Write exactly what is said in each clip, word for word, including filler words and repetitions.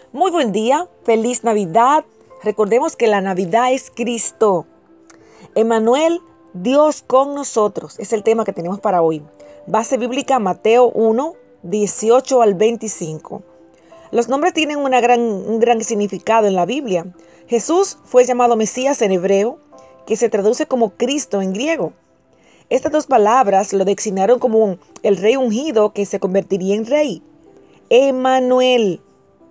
Muy buen día, feliz Navidad. Recordemos que la Navidad es Cristo. Emmanuel, Dios con nosotros, es el tema que tenemos para hoy. Base bíblica Mateo uno, dieciocho al veinticinco. Los nombres tienen una gran, un gran significado en la Biblia. Jesús fue llamado Mesías en hebreo, que se traduce como Cristo en griego. Estas dos palabras lo designaron como el rey ungido que se convertiría en rey. Emmanuel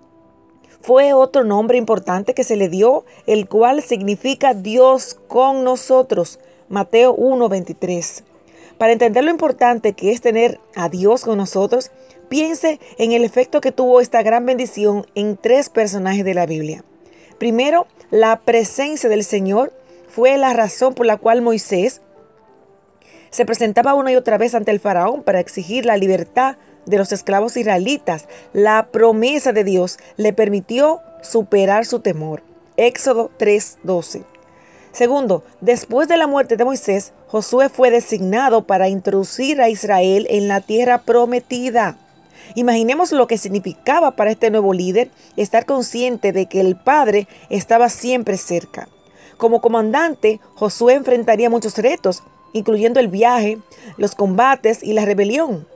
fue otro nombre importante que se le dio, el cual significa Dios con nosotros. Mateo uno, veintitrés. Para entender lo importante que es tener a Dios con nosotros, piense en el efecto que tuvo esta gran bendición en tres personajes de la Biblia. Primero, la presencia del Señor fue la razón por la cual Moisés se presentaba una y otra vez ante el faraón para exigir la libertad de los esclavos israelitas. La promesa de Dios le permitió superar su temor. Éxodo tres, doce. Segundo, después de la muerte de Moisés, Josué fue designado para introducir a Israel en la tierra prometida. Imaginemos lo que significaba para este nuevo líder estar consciente de que el Padre estaba siempre cerca. Como comandante, Josué enfrentaría muchos retos, incluyendo el viaje, los combates y la rebelión.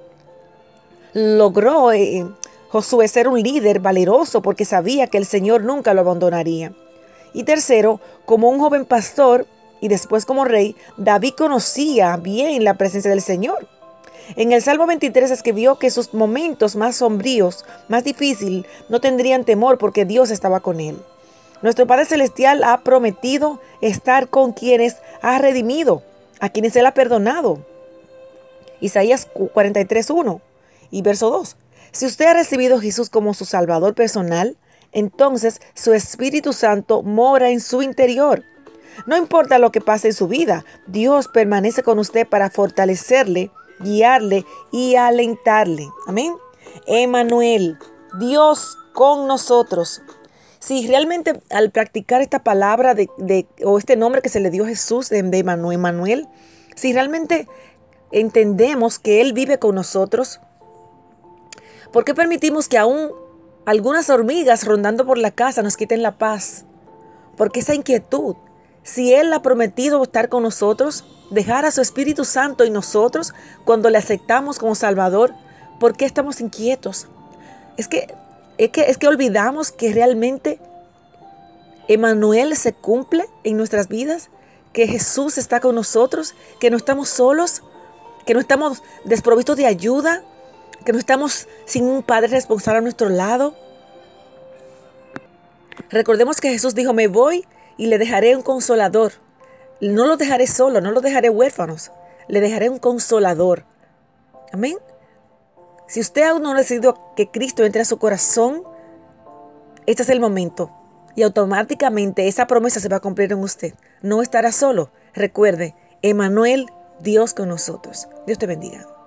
Logró eh, Josué ser un líder valeroso porque sabía que el Señor nunca lo abandonaría. Y tercero, como un joven pastor y después como rey, David conocía bien la presencia del Señor. En el Salmo veintitrés escribió que sus momentos más sombríos, más difíciles, no tendrían temor porque Dios estaba con él. Nuestro Padre Celestial ha prometido estar con quienes ha redimido, a quienes Él ha perdonado. Isaías cuarenta y tres, uno y verso dos. Si usted ha recibido a Jesús como su Salvador personal, entonces su Espíritu Santo mora en su interior. No importa lo que pase en su vida, Dios permanece con usted para fortalecerle, guiarle y alentarle. Amén. Emmanuel, Dios con nosotros. Si realmente al practicar esta palabra de, de, o este nombre que se le dio a Jesús de, de Emmanuel, si realmente entendemos que Él vive con nosotros, ¿por qué permitimos que aún algunas hormigas rondando por la casa nos quiten la paz? Porque esa inquietud, si Él ha prometido estar con nosotros, dejar a su Espíritu Santo en nosotros cuando le aceptamos como Salvador, ¿por qué estamos inquietos? Es que, es que, es que olvidamos que realmente Emmanuel se cumple en nuestras vidas, que Jesús está con nosotros, que no estamos solos, que no estamos desprovistos de ayuda, que no estamos sin un Padre responsable a nuestro lado. Recordemos que Jesús dijo, me voy y le dejaré un consolador. No los dejaré solos, no los dejaré huérfanos, le dejaré un consolador. Amén. Si usted aún no ha decidido que Cristo entre a su corazón, este es el momento. Y automáticamente esa promesa se va a cumplir en usted. No estará solo. Recuerde, Emmanuel, Dios con nosotros. Dios te bendiga.